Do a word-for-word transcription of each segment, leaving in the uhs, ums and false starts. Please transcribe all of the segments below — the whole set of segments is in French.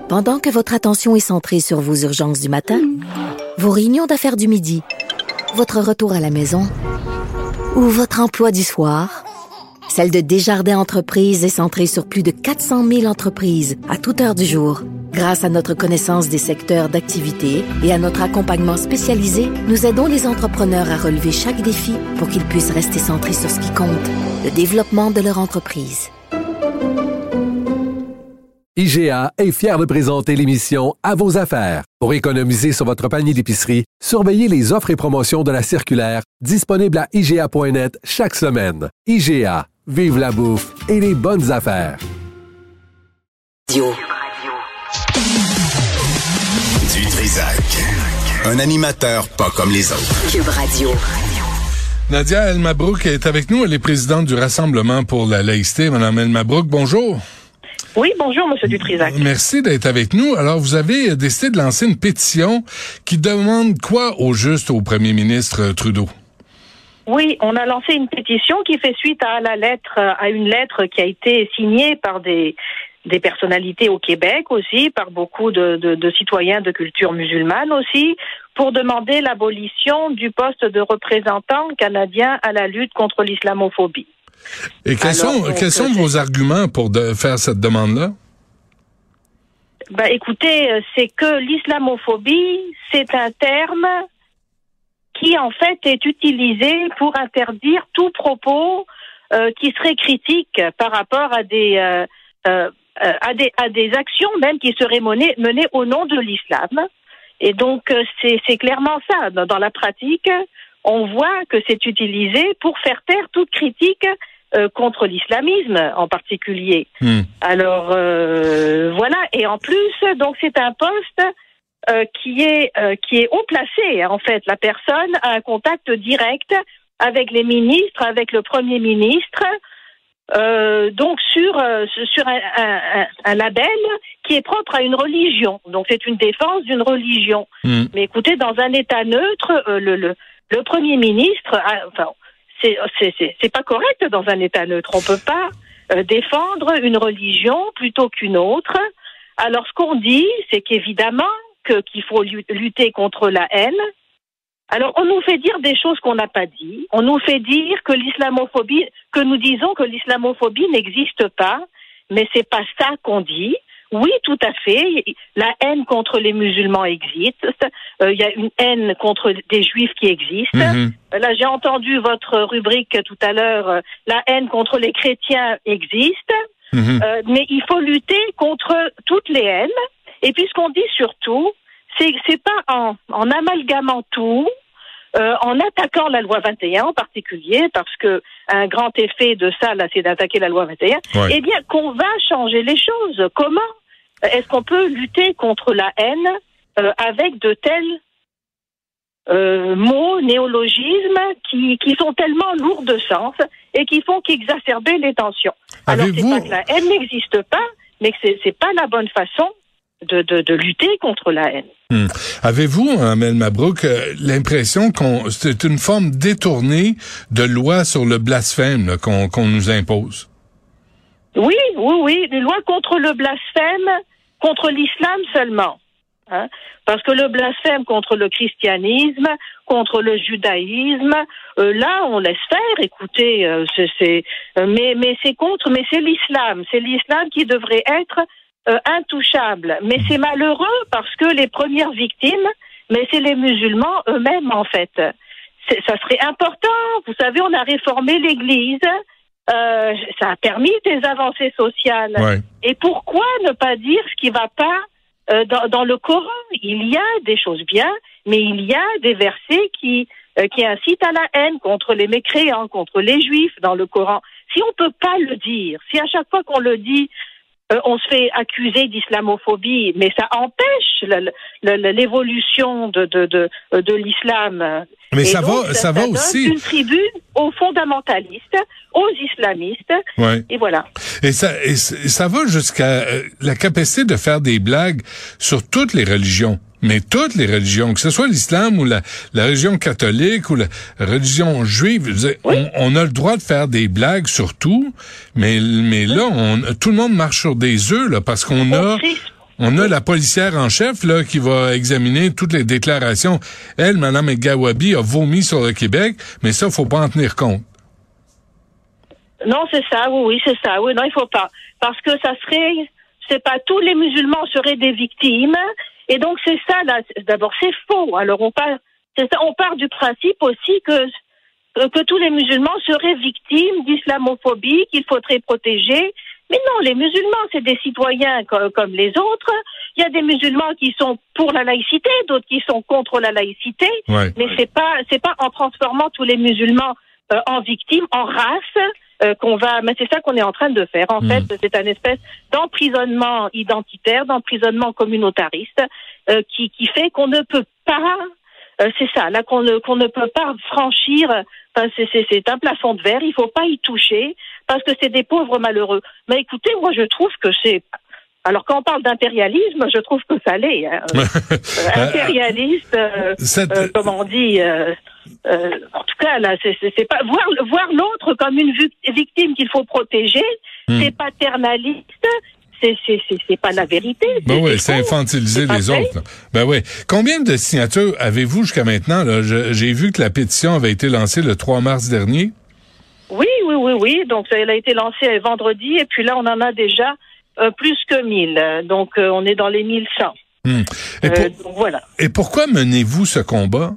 Pendant que votre attention est centrée sur vos urgences du matin, vos réunions d'affaires du midi, votre retour à la maison ou votre emploi du soir, celle de Desjardins Entreprises est centrée sur plus de quatre cent mille entreprises à toute heure du jour. Grâce à notre connaissance des secteurs d'activité et à notre accompagnement spécialisé, nous aidons les entrepreneurs à relever chaque défi pour qu'ils puissent rester centrés sur ce qui compte, le développement de leur entreprise. I G A est fier de présenter l'émission À vos affaires. Pour économiser sur votre panier d'épicerie, surveillez les offres et promotions de la circulaire disponible à I G A point net chaque semaine. I G A, vive la bouffe et les bonnes affaires. Du Trisac. Un animateur pas comme les autres. Cube Radio. Nadia El Mabrouk est avec nous. Elle est présidente du Rassemblement pour la laïcité. Madame El Mabrouk, bonjour. Oui, bonjour, Monsieur Dutrisac. Merci d'être avec nous. Alors, vous avez décidé de lancer une pétition qui demande quoi au juste au premier ministre Trudeau? Oui, on a lancé une pétition qui fait suite à la lettre, à une lettre qui a été signée par des des personnalités au Québec aussi, par beaucoup de, de, de citoyens de culture musulmane aussi, pour demander l'abolition du poste de représentant canadien à la lutte contre l'islamophobie. Et quels Alors, sont, donc, quels sont vos arguments pour de faire cette demande-là? Ben, écoutez, c'est que l'islamophobie, c'est un terme qui, en fait, est utilisé pour interdire tout propos euh, qui serait critique par rapport à des, euh, euh, à des, à des actions même qui seraient menées, menées au nom de l'islam. Et donc, c'est, c'est clairement ça. Dans, dans la pratique, on voit que c'est utilisé pour faire taire toute critique euh, contre l'islamisme en particulier. Mmh. Alors euh, voilà, et en plus, donc c'est un poste euh, qui est euh, qui est haut placé. En fait, la personne a un contact direct avec les ministres, avec le Premier ministre, euh, donc sur euh, sur un, un, un label qui est propre à une religion. Donc c'est une défense d'une religion. Mmh. Mais écoutez, dans un État neutre, euh, le, le Le Premier ministre, a, enfin, c'est, c'est, c'est, c'est pas correct dans un État neutre. On peut pas euh, défendre une religion plutôt qu'une autre. Alors, ce qu'on dit, c'est qu'évidemment que, qu'il faut lutter contre la haine. Alors, on nous fait dire des choses qu'on n'a pas dit. On nous fait dire que l'islamophobie, que nous disons que l'islamophobie n'existe pas, mais c'est pas ça qu'on dit. Oui, tout à fait. La haine contre les musulmans existe. Euh, il y a une haine contre des juifs qui existe. Mm-hmm. Là, j'ai entendu votre rubrique tout à l'heure. Euh, la haine contre les chrétiens existe. Mm-hmm. Euh, mais il faut lutter contre toutes les haines. Et puis, ce qu'on dit surtout, c'est c'est pas en, en amalgamant tout, euh, en attaquant la loi vingt et un en particulier, parce que un grand effet de ça, là, c'est d'attaquer la loi vingt et un. Ouais. Eh bien, qu'on va changer les choses. Comment est-ce qu'on peut lutter contre la haine euh, avec de tels euh, mots, néologismes qui, qui sont tellement lourds de sens et qui font qu'exacerber les tensions? Alors, c'est pas que la haine n'existe pas, mais que c'est, c'est pas la bonne façon de, de, de lutter contre la haine. Hum. Avez-vous, Amel Mabrouk, euh, l'impression qu'on c'est une forme détournée de loi sur le blasphème là, qu'on, qu'on nous impose? Oui, oui, oui, une loi contre le blasphème, contre l'islam seulement. Hein? Parce que le blasphème contre le christianisme, contre le judaïsme, euh, là, on laisse faire. Écoutez, euh, c'est, c'est, euh, mais, mais c'est contre, mais c'est l'islam. C'est l'islam qui devrait être euh, intouchable. Mais c'est malheureux parce que les premières victimes, mais c'est les musulmans eux-mêmes, en fait. C'est, ça serait important. Vous savez, on a réformé l'Église. Euh, ça a permis des avancées sociales. Ouais. Et pourquoi ne pas dire ce qui va pas euh, dans, dans le Coran? Il y a des choses bien, mais il y a des versets qui euh, qui incitent à la haine contre les mécréants, contre les juifs dans le Coran. Si on peut pas le dire, si à chaque fois qu'on le dit, euh, on se fait accuser d'islamophobie, mais ça empêche le, le, l'évolution de de de, de l'islam. Mais et ça donc, va, ça, ça va donne aussi. Une tribune aux fondamentalistes, aux islamistes, ouais. Et voilà. Et ça, et ça va jusqu'à euh, la capacité de faire des blagues sur toutes les religions. Mais toutes les religions, que ce soit l'islam ou la, la religion catholique ou la religion juive, oui. on, on a le droit de faire des blagues sur tout, mais, mais là, on, tout le monde marche sur des œufs, là, parce qu'on on a... Crispe. On a la policière en chef là qui va examiner toutes les déclarations. Elle, Mme El-Gawabi, a vomi sur le Québec, mais ça, faut pas en tenir compte. Non, c'est ça, oui, oui, c'est ça. Oui, non, il faut pas. Parce que ça serait, c'est pas tous les musulmans seraient des victimes. Et donc, c'est ça, là. D'abord, c'est faux. Alors, on part, c'est ça, on part du principe aussi que, que tous les musulmans seraient victimes d'islamophobie, qu'il faudrait protéger. Mais non, les musulmans, c'est des citoyens comme, comme les autres. Il y a des musulmans qui sont pour la laïcité, d'autres qui sont contre la laïcité. Ouais, mais ouais. c'est pas, c'est pas en transformant tous les musulmans euh, en victimes, en race, euh, qu'on va. Mais c'est ça qu'on est en train de faire. En mmh. fait, c'est un espèce d'emprisonnement identitaire, d'emprisonnement communautariste, euh, qui, qui fait qu'on ne peut pas. Euh, c'est ça, là qu'on ne qu'on ne peut pas franchir. Enfin, c'est, c'est, c'est un plafond de verre. Il faut pas y toucher parce que c'est des pauvres malheureux. Mais écoutez, moi je trouve que c'est. Alors quand on parle d'impérialisme, je trouve que ça l'est. Hein. euh, impérialiste, euh, Cette... euh, comme on dit. Euh, euh, en tout cas, là, c'est, c'est, c'est pas voir voir l'autre comme une victime qu'il faut protéger. Mmh. C'est paternaliste. C'est, c'est, c'est, c'est pas la vérité. Ben c'est, oui, c'est, c'est infantiliser les vrai. autres. Là. Ben oui. Combien de signatures avez-vous jusqu'à maintenant? Là? Je, j'ai vu que la pétition avait été lancée le trois mars dernier. Oui, oui, oui, oui. Donc, elle a été lancée vendredi et puis là, on en a déjà euh, plus que mille. Donc, euh, on est dans les mille cent. Hum. Et, pour... euh, donc, voilà. Et pourquoi menez-vous ce combat?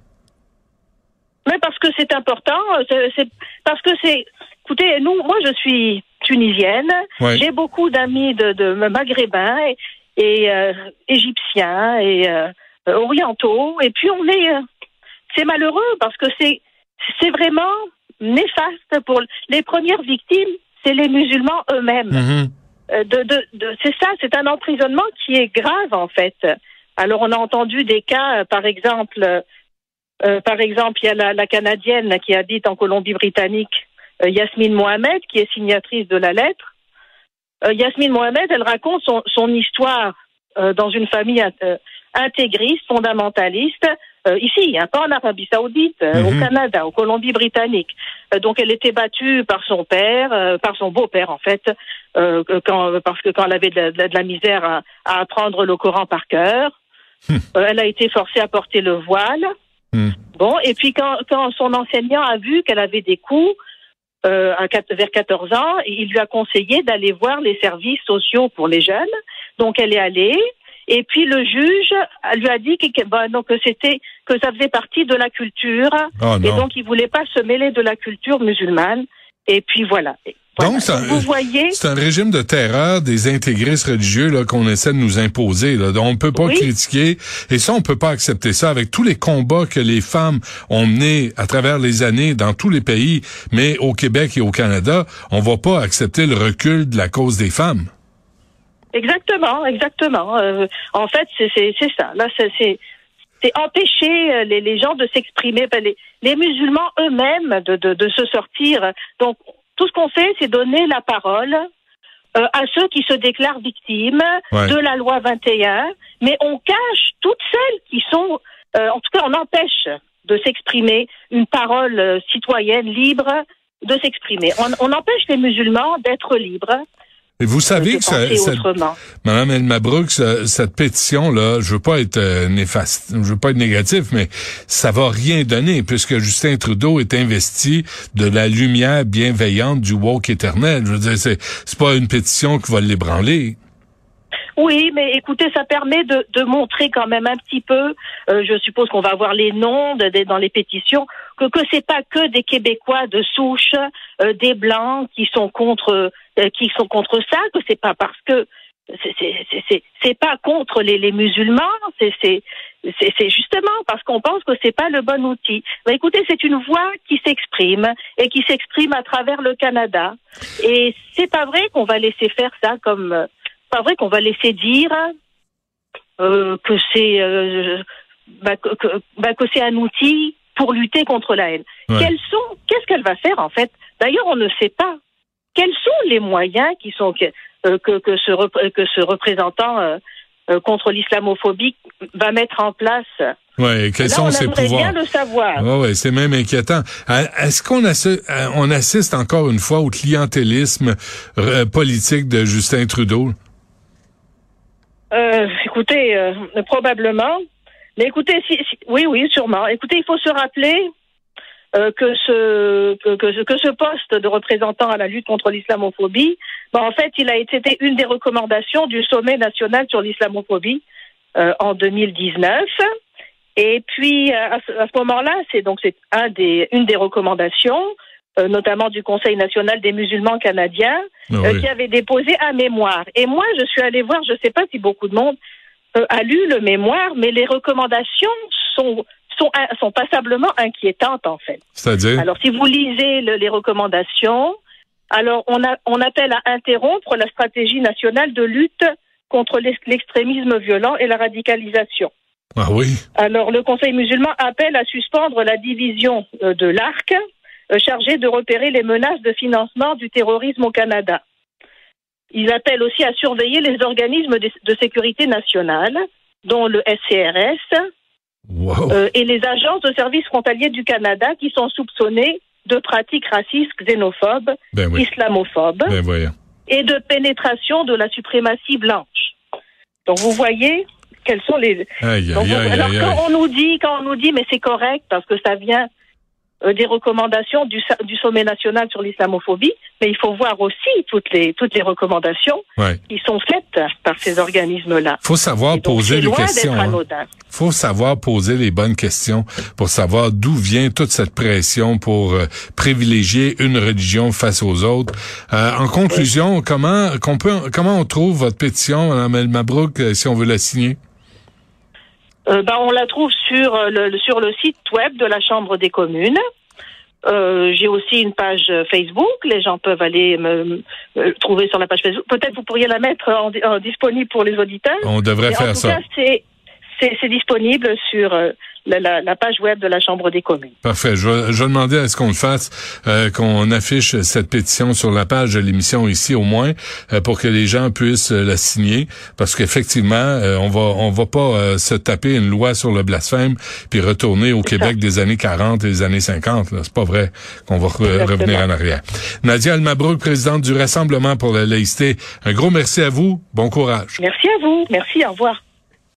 Mais parce que c'est important. C'est, c'est parce que c'est... Écoutez, nous, moi, je suis tunisienne. Ouais. J'ai beaucoup d'amis de, de maghrébins et, et euh, égyptiens et euh, orientaux. Et puis, on est... Euh, c'est malheureux parce que c'est, c'est vraiment néfaste pour... Les premières victimes, c'est les musulmans eux-mêmes. Mm-hmm. Euh, de, de, de, c'est ça, c'est un emprisonnement qui est grave, en fait. Alors, on a entendu des cas, euh, par exemple... Euh, par exemple, il y a la, la Canadienne qui habite en Colombie-Britannique, euh, Yasmine Mohamed, qui est signatrice de la lettre. Euh, Yasmine Mohamed, elle raconte son, son histoire euh, dans une famille euh, intégriste, fondamentaliste, euh, ici, hein, pas en Arabie Saoudite, euh, mm-hmm. au Canada, en Colombie-Britannique. Euh, donc, elle était battue par son père, euh, par son beau-père, en fait, euh, quand, parce que quand elle avait de, de, de la misère à, à apprendre le Coran par cœur, mm. euh, elle a été forcée à porter le voile. Mmh. Bon, et puis quand, quand son enseignant a vu qu'elle avait des coups euh, à, vers quatorze ans, il lui a conseillé d'aller voir les services sociaux pour les jeunes. Donc elle est allée, et puis le juge lui a dit que, bah, donc, que c'était que ça faisait partie de la culture, oh, et donc il voulait pas se mêler de la culture musulmane. Et puis voilà. Voilà. Donc, c'est un, vous voyez, c'est un régime de terreur des intégristes religieux là qu'on essaie de nous imposer. Là. Donc, on ne peut pas oui. critiquer. Et ça, on peut pas accepter ça. Avec tous les combats que les femmes ont menés à travers les années dans tous les pays, mais au Québec et au Canada, on va pas accepter le recul de la cause des femmes. Exactement, exactement. Euh, en fait, c'est, c'est, c'est ça. Là, c'est... c'est... c'est empêcher les, les gens de s'exprimer, les, les musulmans eux-mêmes de, de, de se sortir. Donc, tout ce qu'on fait, c'est donner la parole euh, à ceux qui se déclarent victimes ouais. de la loi vingt et un, mais on cache toutes celles qui sont, euh, en tout cas, on empêche de s'exprimer une parole euh, citoyenne libre de s'exprimer. On, on empêche les musulmans d'être libres. Et vous savez que ça, cette, Madame El-Mabrouk, ça, cette pétition-là, je veux pas être euh, néfaste, je veux pas être négatif, mais ça va rien donner puisque Justin Trudeau est investi de la lumière bienveillante du woke éternel. Je veux dire, c'est, c'est pas une pétition qui va l'ébranler. Oui, mais écoutez, ça permet de, de montrer quand même un petit peu, euh, je suppose qu'on va avoir les noms de, de, dans les pétitions, que que c'est pas que des Québécois de souche, euh, des Blancs qui sont contre euh, qui sont contre ça, que c'est pas parce que c'est c'est c'est c'est, c'est pas contre les, les musulmans, c'est c'est c'est c'est justement parce qu'on pense que c'est pas le bon outil. Mais écoutez, c'est une voix qui s'exprime et qui s'exprime à travers le Canada, et c'est pas vrai qu'on va laisser faire ça comme euh, pas vrai qu'on va laisser dire euh, que c'est euh, bah, que, que, bah, que c'est un outil pour lutter contre la haine. Ouais. Quels sont Qu'est-ce qu'elle va faire en fait? D'ailleurs, on ne sait pas. Quels sont les moyens qui sont que euh, que, que ce rep- que ce représentant euh, euh, contre l'islamophobie va mettre en place? Ouais, quels Là, sont on ses aimerait pouvoirs? bien le savoir. Ouais, ouais, c'est même inquiétant. Est-ce qu'on assiste, on assiste encore une fois au clientélisme euh, politique de Justin Trudeau? Euh, écoutez, euh, probablement. Mais écoutez, si, si, oui, oui, sûrement. Écoutez, il faut se rappeler euh, que ce que, que, que ce poste de représentant à la lutte contre l'islamophobie, ben, en fait, il a été c'était une des recommandations du sommet national sur l'islamophobie euh, en deux mille dix-neuf. Et puis à ce, à ce moment-là, c'est donc c'est un des une des recommandations, euh, notamment du Conseil national des musulmans canadiens, ah, euh, oui. qui avait déposé un mémoire. Et moi, je suis allée voir, je ne sais pas si beaucoup de monde euh, a lu le mémoire, mais les recommandations sont sont sont passablement inquiétantes en fait. C'est-à-dire? Alors, si vous lisez le, les recommandations, alors on a on appelle à interrompre la stratégie nationale de lutte contre l'extrémisme violent et la radicalisation. Ah oui? Alors, le Conseil musulman appelle à suspendre la division euh, de l'A R C, euh, chargée de repérer les menaces de financement du terrorisme au Canada. Ils appellent aussi à surveiller les organismes de, de sécurité nationale, dont le S C R S, Wow. euh, et les agences de services frontaliers du Canada qui sont soupçonnées de pratiques racistes, xénophobes, Ben oui. islamophobes, Ben voyons. et de pénétration de la suprématie blanche. Donc, vous voyez quels sont les... Aïe, Donc, aïe, aïe, alors aïe, quand aïe. on nous dit, quand on nous dit, mais c'est correct parce que ça vient euh, des recommandations du, du sommet national sur l'islamophobie, mais il faut voir aussi toutes les toutes les recommandations Ouais. qui sont faites par ces organismes-là. Faut savoir Et donc, poser c'est les loin questions. d'être Hein. anodin. Faut savoir poser les bonnes questions pour savoir d'où vient toute cette pression pour euh, privilégier une religion face aux autres. Euh, en conclusion, oui. comment qu'on peut comment on trouve votre pétition, Mme El Mabrouk, euh, si on veut la signer? Euh, ben, on la trouve sur le sur le site web de la Chambre des communes. Euh, j'ai aussi une page Facebook. Les gens peuvent aller me, me trouver sur la page Facebook. Peut-être vous pourriez la mettre en, en disponible pour les auditeurs. On devrait Mais faire en tout ça. cas, c'est c'est, c'est disponible sur euh, la, la, la page web de la Chambre des communes. Parfait. Je vais, je vais demander à ce qu'on le fasse, euh, qu'on affiche cette pétition sur la page de l'émission ici au moins, euh, pour que les gens puissent euh, la signer, parce qu'effectivement, euh, on va on va pas euh, se taper une loi sur le blasphème puis retourner au C'est Québec ça. des années quarante et des années cinquante. Là. C'est pas vrai qu'on va re- Exactement. revenir en arrière. Nadia El Mabrouk, présidente du Rassemblement pour la laïcité, un gros merci à vous. Bon courage. Merci à vous. Merci. Au revoir.